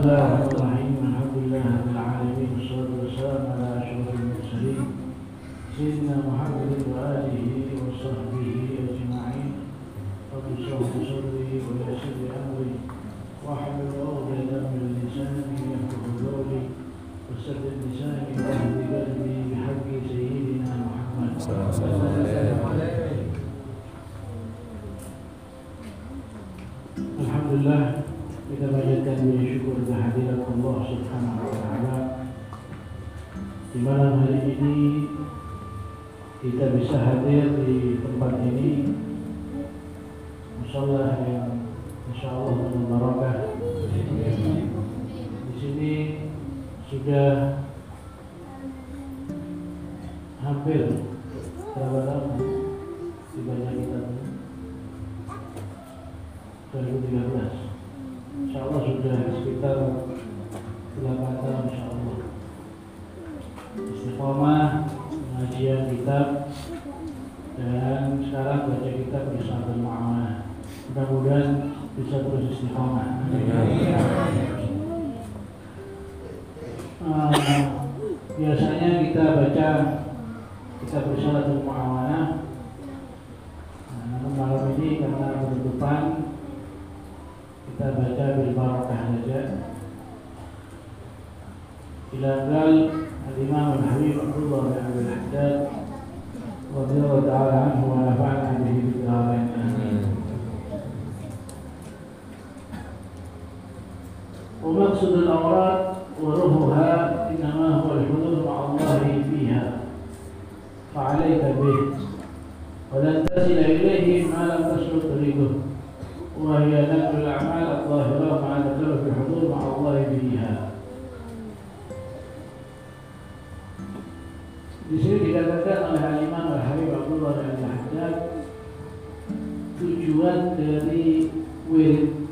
Bismillahirrahmanirrahim. Alhamdulillahirrahmanirrahim. Wassalatu wassalamu ala asyrafil mursalin Sayyidina Muhammadin wa alihi wa sahbihi ajma'in. Rabbi shrah li sadri wa yassir li amri wahlul 'uqdatam min lisani yafqahu qawli wasaddid lisani wa hdi qalbi bihaqqi sayyidina Muhammad sallallahu alaihi wasallam. Alhamdulillah, kita panjatkan puji syukur kehadirat Allah Subhanahu wa taala. Di malam hari ini kita bisa hadir di tempat ini, musholla yang insyaallah penuh barakah. Di sini sudah hampir berapa tahun dibaca kitab 2013. Insyaallah sudah sekitar 8 tahun insyaallah. Istiqomah pengajian kitab dan sekarang baca kitab Risalah Mu'amanah. Mudah-mudahan bisa terus istiqomah. Biasanya kita baca kitab Risalah Mu'amanah. Namun malam ini karena penutupan kita baca bil barakah saja. Dilanggal Al-Imam Al-Habib Abdullah bin Abdul Haddad radhiyallahu ta'ala anhu wa nafa'ana bihi fid dharain. Wa maqsudul awrad wa ruhuha innama huwa al-hudur ma'allahi fiha fa'alayka bih wa lan tasila ilayhi ma lam tasluq tariquh wa hiya naqlul a'mal adh-dhahirah ma'a al-hudur ma'a Allah fiha. Di sini dikatakan oleh Al-Imam Al-Habib Abdullah bin Abdul Haddad, tujuan dari wirid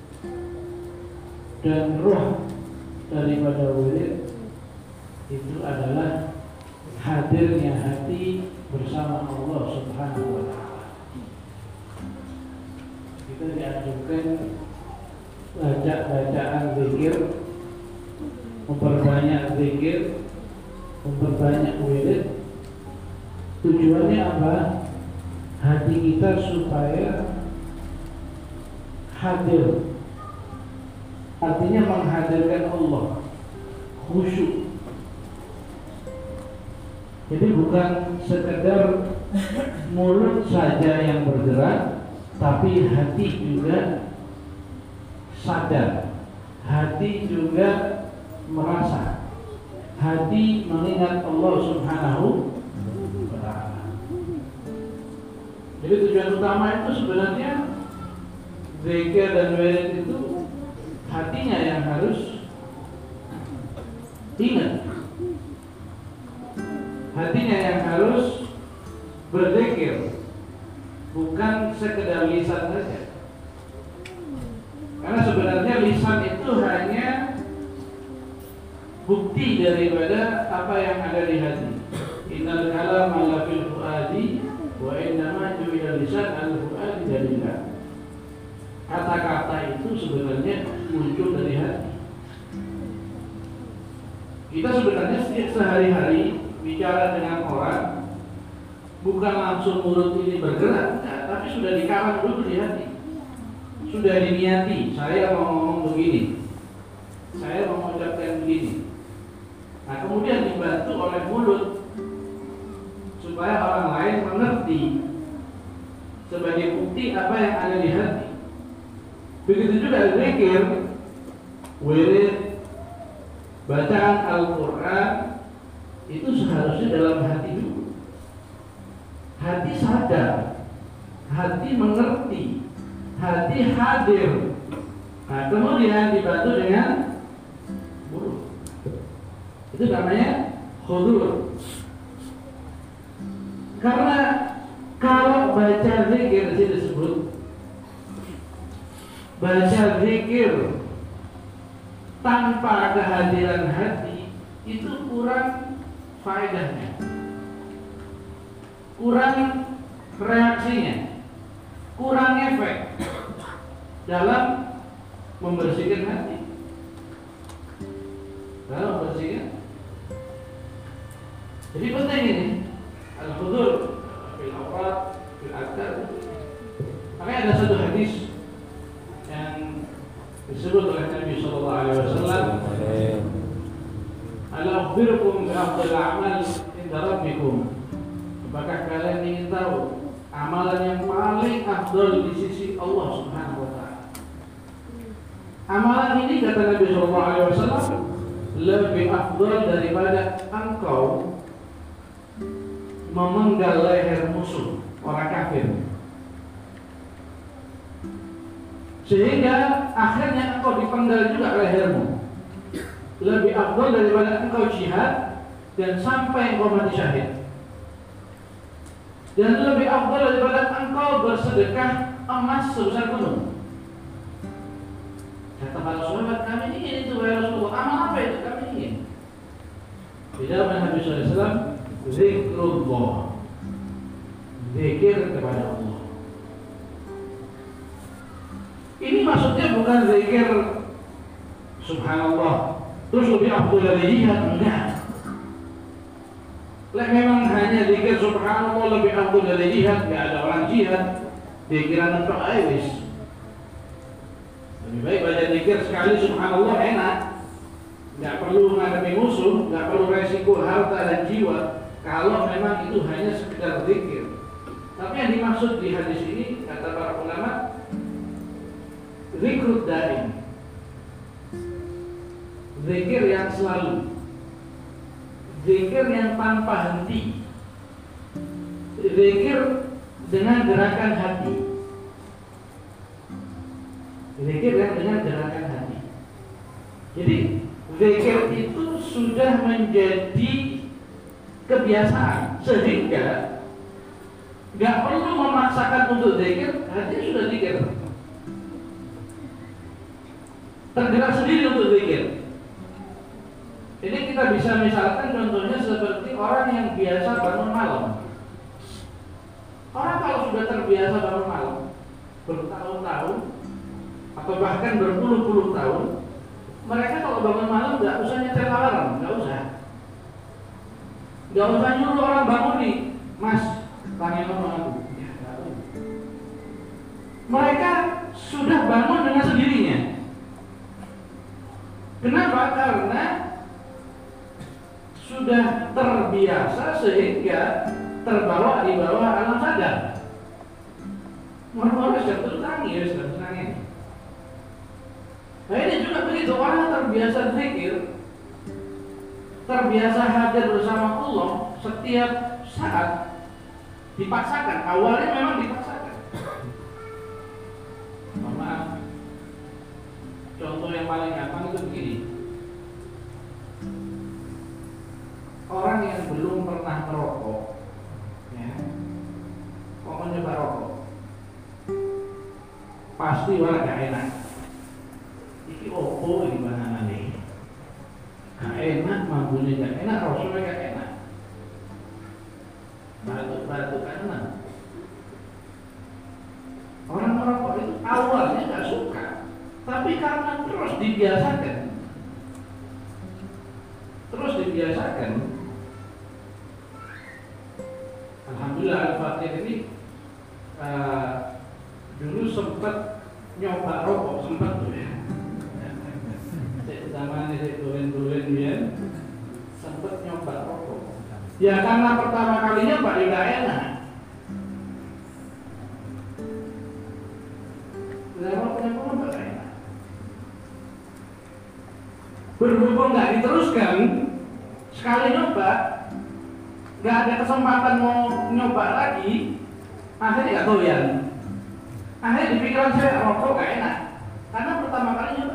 dan roh daripada wirid itu adalah hadirnya hati bersama Allah Subhanahu wa taala. Kita dianjurkan baca bacaan zikir, memperbanyak zikir, memperbanyak wirid. Tujuannya apa? Hati kita supaya hadir, artinya menghadirkan Allah, khusyuk. Jadi bukan sekedar mulut saja yang bergerak, tapi hati juga sadar, hati juga merasa, hati mengingat Allah Subhanahu wa ta'ala. Jadi tujuan utama itu sebenarnya zikir dan wirid itu hatinya yang harus ingat, hatinya yang harus berzikir, bukan sekedar lisan saja. Karena sebenarnya lisan itu hanya bukti daripada apa yang ada di hati. Innal kalama la fil fuadi wa innama ju'ila lisan al-fuadi dalila. Kata-kata itu sebenarnya muncul dari hati. Kita sebenarnya sehari-hari bicara dengan orang, bukan langsung mulut ini bergerak, tapi sudah dikarang dulu di hati, sudah diniati. Saya mau ngomong begini, saya mau mengucapkan begini. Nah, kemudian dibantu oleh mulut supaya orang lain mengerti sebagai bukti apa yang ada di hati. Begitu juga zikir, wirid, bacaan Al-Quran itu seharusnya dalam hati dulu. Hati sadar, hati mengerti, hati hadir. Nah, kemudian dibantu dengan mulut. Itu namanya khudur. Karena kalau baca zikir sih disebut baca zikir tanpa kehadiran hati itu kurang faedahnya, kurang reaksinya, kurang efek dalam membersihkan hati. dalam membersihkan. Jadi penting ini al-hudur fil awqat fil adkar. Makanya ada satu hadis yang disebut oleh Nabi sallallahu alaihi wasallam, "Ala ukhbirukum bi afdhal a'mal inda rabbikum." Apakah kalian ingin tahu amalan yang paling afdal di sisi Allah Subhanahu wa taala? Amalan ini kata Nabi sallallahu alaihi wasallam lebih afdal daripada engkau memenggal leher musuh orang kafir, sehingga akhirnya engkau dipenggal juga lehermu. Lebih afdal daripada engkau jihad dan sampai engkau mati syahid. Dan lebih afdal daripada engkau bersedekah emas sebesar gunung. Kata para sahabat, kami ingin itu ya Rasulullah. Amal apa itu kami ingin? Di dalam Nabi SAW, zikrullah, zikir kepada Allah. Ini maksudnya bukan zikir subhanallah terus lebih afdal dari jihad, enggak. Lah memang hanya zikir subhanallah lebih afdal dari jihad, enggak ada orang jihad, zikiran untuk ayat. Lebih baik baca zikir sekali subhanallah enak, nggak perlu menghadapi musuh, nggak perlu resiko harta dan jiwa. Kalau memang itu hanya sekedar zikir. Tapi yang dimaksud di hadis ini kata para ulama, zikrud daim, zikir yang selalu, zikir yang tanpa henti, zikir dengan gerakan hati. Zikir yang dengan gerakan hati. Jadi zikir itu sudah menjadi kebiasaan sehingga nggak perlu memaksakan untuk zikir, hati sudah zikir. Tergerak sendiri untuk zikir. Ini kita bisa misalkan contohnya seperti orang yang biasa bangun malam. Orang kalau sudah terbiasa bangun malam bertahun-tahun atau bahkan berpuluh-puluh tahun, mereka kalau bangun malam nggak usah nyetel alarm, nggak usah nyuruh orang bangun nih, Mas, tanya sama aku. Ya, mereka sudah bangun dengan sendirinya. Kenapa? Karena sudah terbiasa sehingga terbawa di bawah alam sadar. Orang-orang sudah tertangis, sudah tenangin. Nah ini juga begitu, orang terbiasa zikir, terbiasa hadir bersama Allah setiap saat, dipaksakan. Awalnya memang dipaksakan. Maaf, contoh yang paling gampang itu begini. Orang yang belum pernah merokok, ya, kok mencoba rokok, pasti orang gak enak. Iki opo ini bahannya nih, gak enak, mampunya gak enak, rasulnya gak enak, batuk-batuk kan enak. Orang merokok itu awalnya gak suka, tapi karena terus dibiasakan, alhamdulillah Al-Fatih ini dulu sempat nyoba rokok, sempat tuh ya. Zaman ini turun-turun dia sempat nyoba rokok. Ya karena pertama kalinya Pak tidak enak. Rokoknya pun nggak enak. Berhubung nggak diteruskan, sekali nyoba, nggak ada kesempatan mau nyoba lagi, akhirnya nggak doyan. Akhirnya di pikiran saya rokok nggak enak, karena pertama kali nyoba.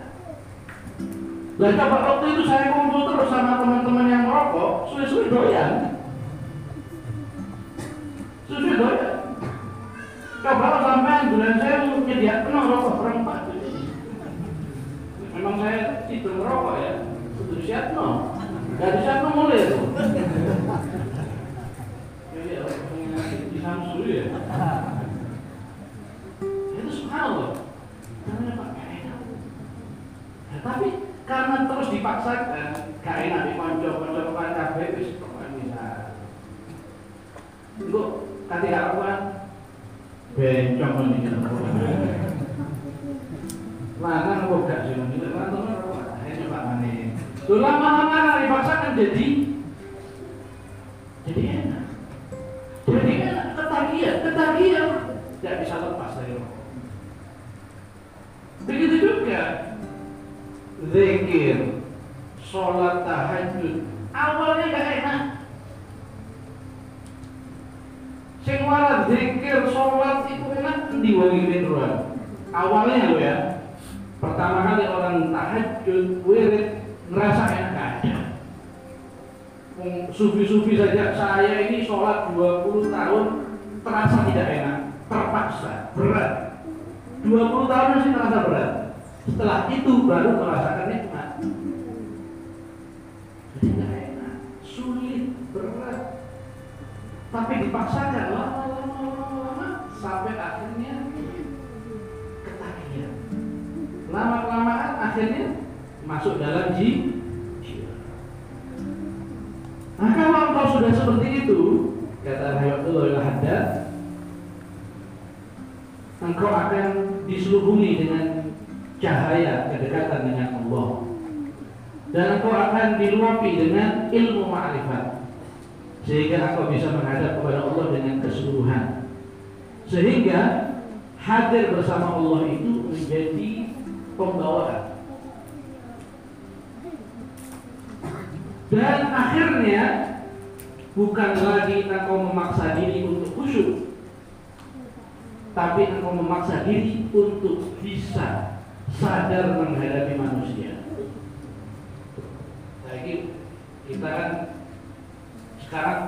Lah coba waktu itu saya kumpul terus sama teman-teman yang merokok, suwe-suwe doyan. Suwe-suwe doyan. Coba sampai bulan saya menyediakan rokok berempat. Memang saya itu merokok ya, itu siatno. Dari siatno mulai itu. Jadi di Samsul ya. Itu subhanallah. Namanya Pak enak. Tapi karena terus dipaksa dipaksakan, gak enak di konco-konco kabeh wis pokoke bisa. Engko kate karuan bencong iki lho. Lanang kok gak sih ngene lanang coba maneh. Tuh lama-lama dipaksakan jadi enak. Jadi enak, ketagihan tidak bisa lepas dari rokok. Begitu juga zikir, sholat tahajud, awalnya gak enak. Sing waras zikir, sholat itu enak di wangi ruang. Awalnya lo ya. Pertama kali orang tahajud, wirid, ngerasa enak aja. Sufi-sufi saja, saya ini sholat 20 tahun terasa tidak enak, terpaksa, berat. 20 tahun masih terasa berat. Setelah itu baru merasakan nikmat. Jadi tidak enak, sulit, berat. Tapi dipaksakan lama-lama sampai akhirnya ketagihan. Lama-kelamaan akhirnya masuk dalam jiwa. Nah, kalau engkau sudah seperti itu, kata Hayatullah Haddad, engkau akan diselubungi dengan cahaya kedekatan dengan Allah, dan engkau akan diluapi dengan ilmu ma'rifat, sehingga engkau bisa menghadap kepada Allah dengan keseluruhan, sehingga hadir bersama Allah itu menjadi pembawaan. Dan akhirnya bukan lagi engkau memaksa diri untuk khusyuk, tapi engkau memaksa diri untuk bisa sadar menghadapi manusia. Lagi kita kan sekarang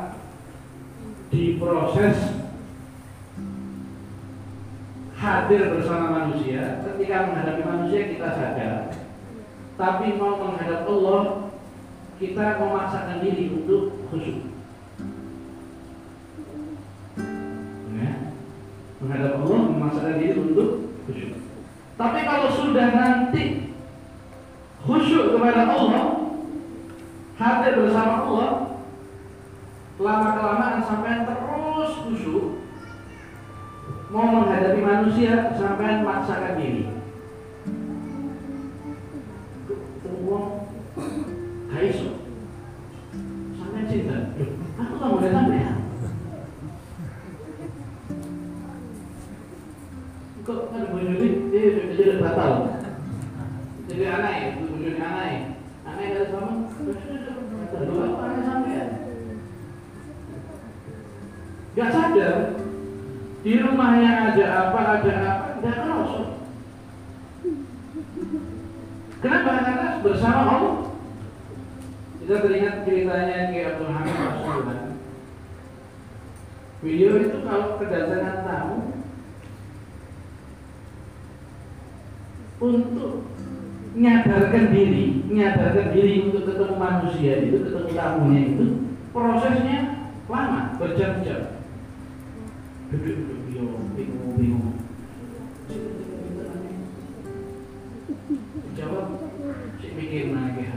diproses hadir bersama manusia. Ketika menghadapi manusia kita sadar, tapi mau menghadap Allah kita memaksakan diri untuk khusyuk. Ya. Menghadap Allah memaksakan diri untuk khusyuk. Tapi kalau sudah nanti khusyuk kepada Allah, hadir bersama Allah, lama-kelamaan sampai terus khusyuk, mau menghadapi manusia sampai memaksakan diri. Tunggu. Kaiso, sampai cinta. Aku tak boleh sampai ya. Kok ada bujuni? Dia jadi batal. Jadi aneh, bujuni aneh. Aneh dari sama. Dua aku aneh sampai ya. Gak sadar. Di rumahnya ada apa, gak kerasa. Kenapa? Karena bersama Allah. Kita teringat ceritanya Ki Abdul Hamid Rasulullah. Beliau itu kalau kedatangan tamu untuk menyadarkan diri untuk ketemu manusia itu, ketemu tamunya itu, prosesnya lama, berjam-jam. Duduk bingung. Jawab, si mikir lagi.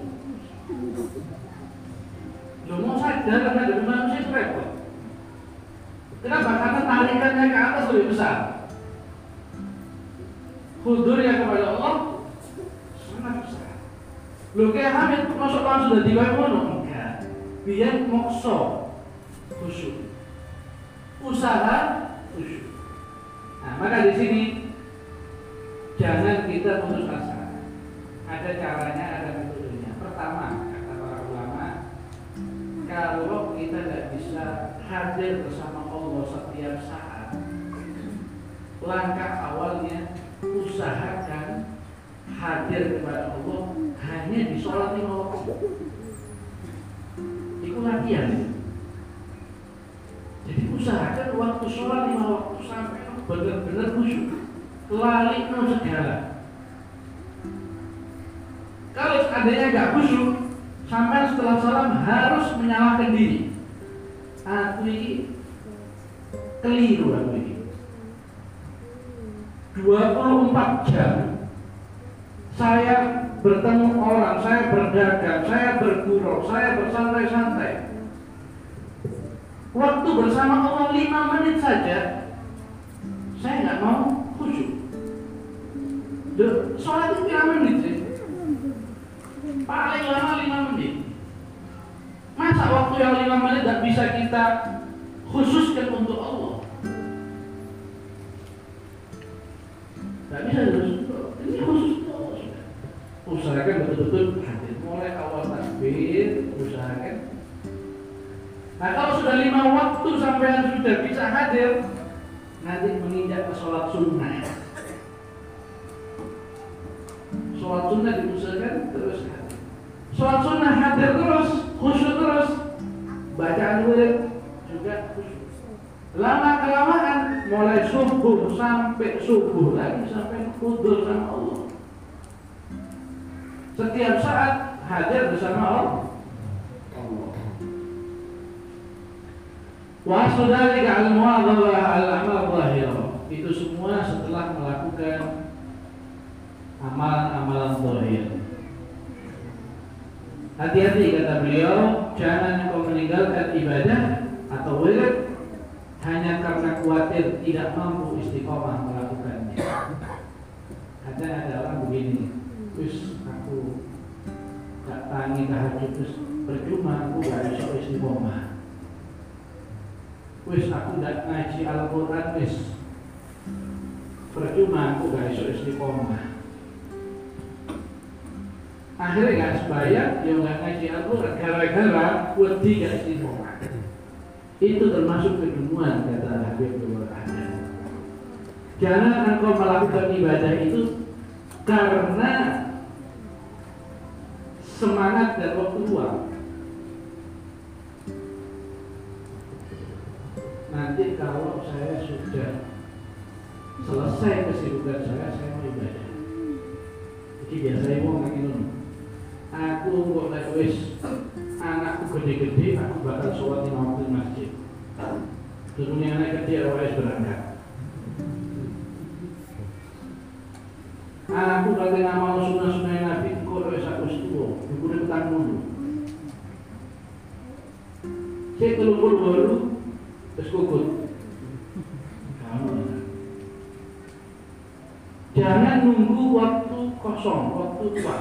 Lo mau sadar karena dari manusia itu repot. Kenapa? Karena tarikannya ke atas lebih besar. Hudurnya kepada Allah sangat besar. Lo kayak Hamid masuk langsung dari kaya mono. Enggak. Biar mokso khusyuk. Usaha khusyuk. Nah, maka di sini jangan kita putus asa. Ada caranya, ada metodenya. Pertama, kalau kita tidak bisa hadir bersama Allah setiap saat, langkah awalnya usahakan hadir kepada Allah hanya di sholat 5 waktu. Itu latihan. Jadi usahakan waktu sholat 5 waktu sampai benar-benar khusyuk, lali no segala. Kalau seandainya nggak khusyuk, sampai setelah salam harus menyalahkan diri. Aku ini keliru, aku ini 24 jam Saya bertemu orang, saya berdagang, saya bergurau, saya bersantai-santai. Waktu bersama Allah 5 menit saja, saya nggak mau khusyuk. Sholat itu 5 menit sih. Paling lama 5 menit. Masa waktu yang 5 menit tidak bisa kita khususkan untuk Allah? Tidak bisa khusus. Ini khusus untuk Allah sudah. Usahakan betul-betul hadir. Mulai awal takbir, usahakan. Nah kalau sudah 5 waktu sampai sudah bisa hadir, nanti menginjak ke sholat sunnah. Sholat sunnah diusahakan terus hadir. Sholat sunnah hadir terus, khusyuk terus. Bacaan wirid juga khusyuk. Lama kelamaan mulai subuh sampai subuh lagi sampai kudur sama Allah. Setiap saat hadir bersama Allah. Wa asdalika al-mu'adhalah al-amal zahirah. Itu semua setelah melakukan amalan-amalan zahir. Hati-hati kata beliau, jangan engkau meninggalkan ibadah atau wirid hanya karena khawatir tidak mampu istiqomah melakukannya. Kadang ada orang begini, terus aku tak tangi tahajud terus percuma aku gak bisa istiqomah. Wis aku ndak ngaji Al-Quran wis percuma aku gak bisa istiqomah. Akhirnya gak sembahyang, dia gak ngaji Al-Quran gara-gara wedi gak istiqomah. Itu termasuk kedunguan kata Habibullah Adam. Jangan engkau melakukan ibadah itu karena semangat dan waktu luang. Nanti kalau saya sudah selesai kesibukan saya mau ibadah. Jadi biasanya mau ngomongin aku kok lek wis anakku gede-gede aku bakal sholat di waktu masjid. Turunnya anak gede awalnya berangkat. Anakku kalau ngamal sunnah-sunnah Nabi kok wis aku setuju, kudu ketang dulu. Saya keluar baru terus kukut. Jangan nunggu waktu kosong, waktu luang.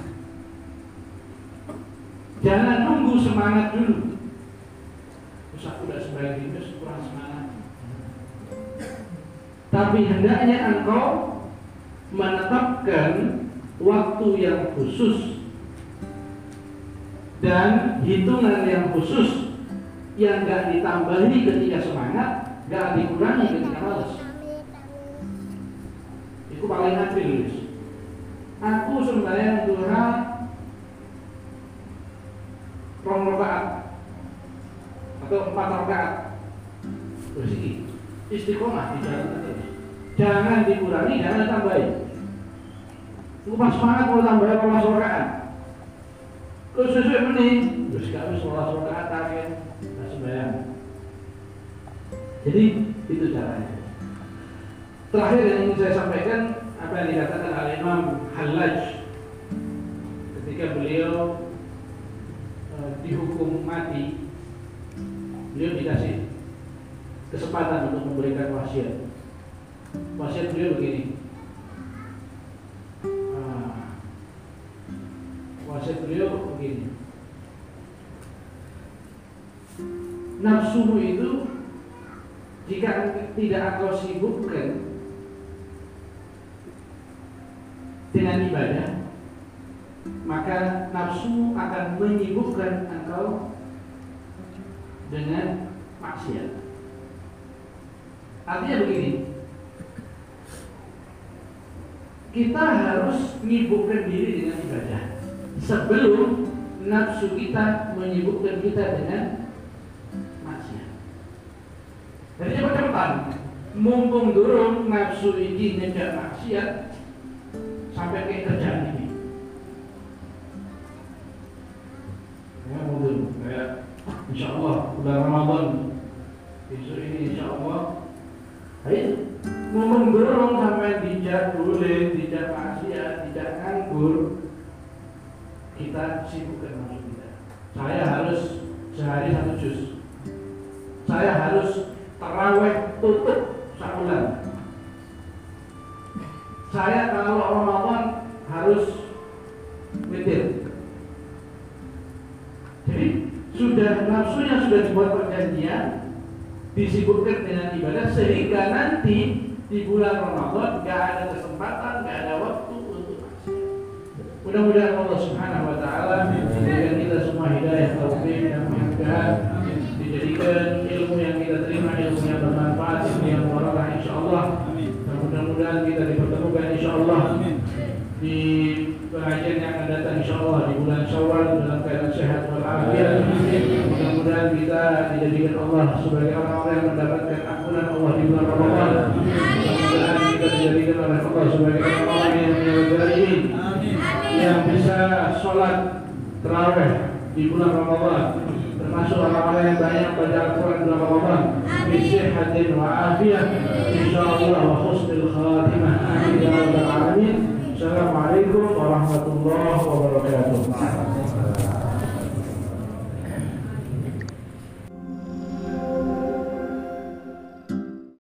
Jangan nunggu semangat dulu. Terus aku udah sebagai terus kurang semangat. Tapi hendaknya engkau menetapkan waktu yang khusus dan hitungan yang khusus yang gak ditambahi ketika semangat, gak dikurangi ketika malas. Itu paling adil. Aku sembahyang duha 2 rakaat atau 4 rakaat. Terus ini istiqomah di jalan terus. Jangan dikurangi, jangan ditambahi. Aku pas semangat mau tambah 12 rakaat. Terus sesuai mending, terus gak harus 12 rakaat target sembahyang. Jadi itu caranya. Terakhir yang ingin saya sampaikan apa yang dikatakan oleh Imam Hallaj ketika beliau dihukum mati, beliau dikasih kesempatan untuk memberikan wasiat. Wasiat beliau begini. Wasiat beliau begini. Nafsumu itu jika tidak engkau sibukkan dengan ibadah, maka nafsu akan menyibukkan engkau dengan maksiat. Artinya begini, kita harus menyibukkan diri dengan ibadah sebelum nafsu kita menyibukkan kita dengan maksiat. Jadi cepat-cepatan, mumpung durung nafsu ini ngejak maksiat sampai ke kerjaan ini. Ya mungkin kayak insya Allah bulan Ramadan besok ini insya Allah. Ayo mumpung durung sampai dijak boleh, dijak maksiat, tidak nganggur, kita sibukkan nafsu kita. Saya harus sehari 1 juz. Saya harus taraweh tutup sabulan. Saya kalau Ramadan harus witir. Jadi nafsunya sudah dibuat perjanjian, disibukkan dengan ibadah sehingga nanti di bulan Ramadan gak ada kesempatan, gak ada waktu untuk maksiat. Mudah-mudahan Allah Subhanahu Wa Taala menjadikan kita semua hidayah, taufik dan mudah-mudahan dijadikan ilmu yang kita terima ilmu yang bermanfaat, ilmu yang mubarak insyaallah. Dan mudah-mudahan kita dipertemukan insyaallah di pengajian yang akan datang insyaallah di bulan Syawal dalam keadaan sehat walafiat. Mudah-mudahan kita dijadikan Allah sebagai orang-orang yang mendapatkan ampunan Allah di bulan Ramadan. Mudah-mudahan kita dijadikan oleh Allah sebagai orang-orang yang menyelesaikan yang bisa sholat tarawih di bulan Ramadan, termasuk orang-orang yang banyak baca Al-Quran di bulan Ramadan, bisihhatin wa afiyah insyaallah wa husnul khatimah. Amin ya rabbal alamin. Assalamualaikum warahmatullahi wabarakatuh.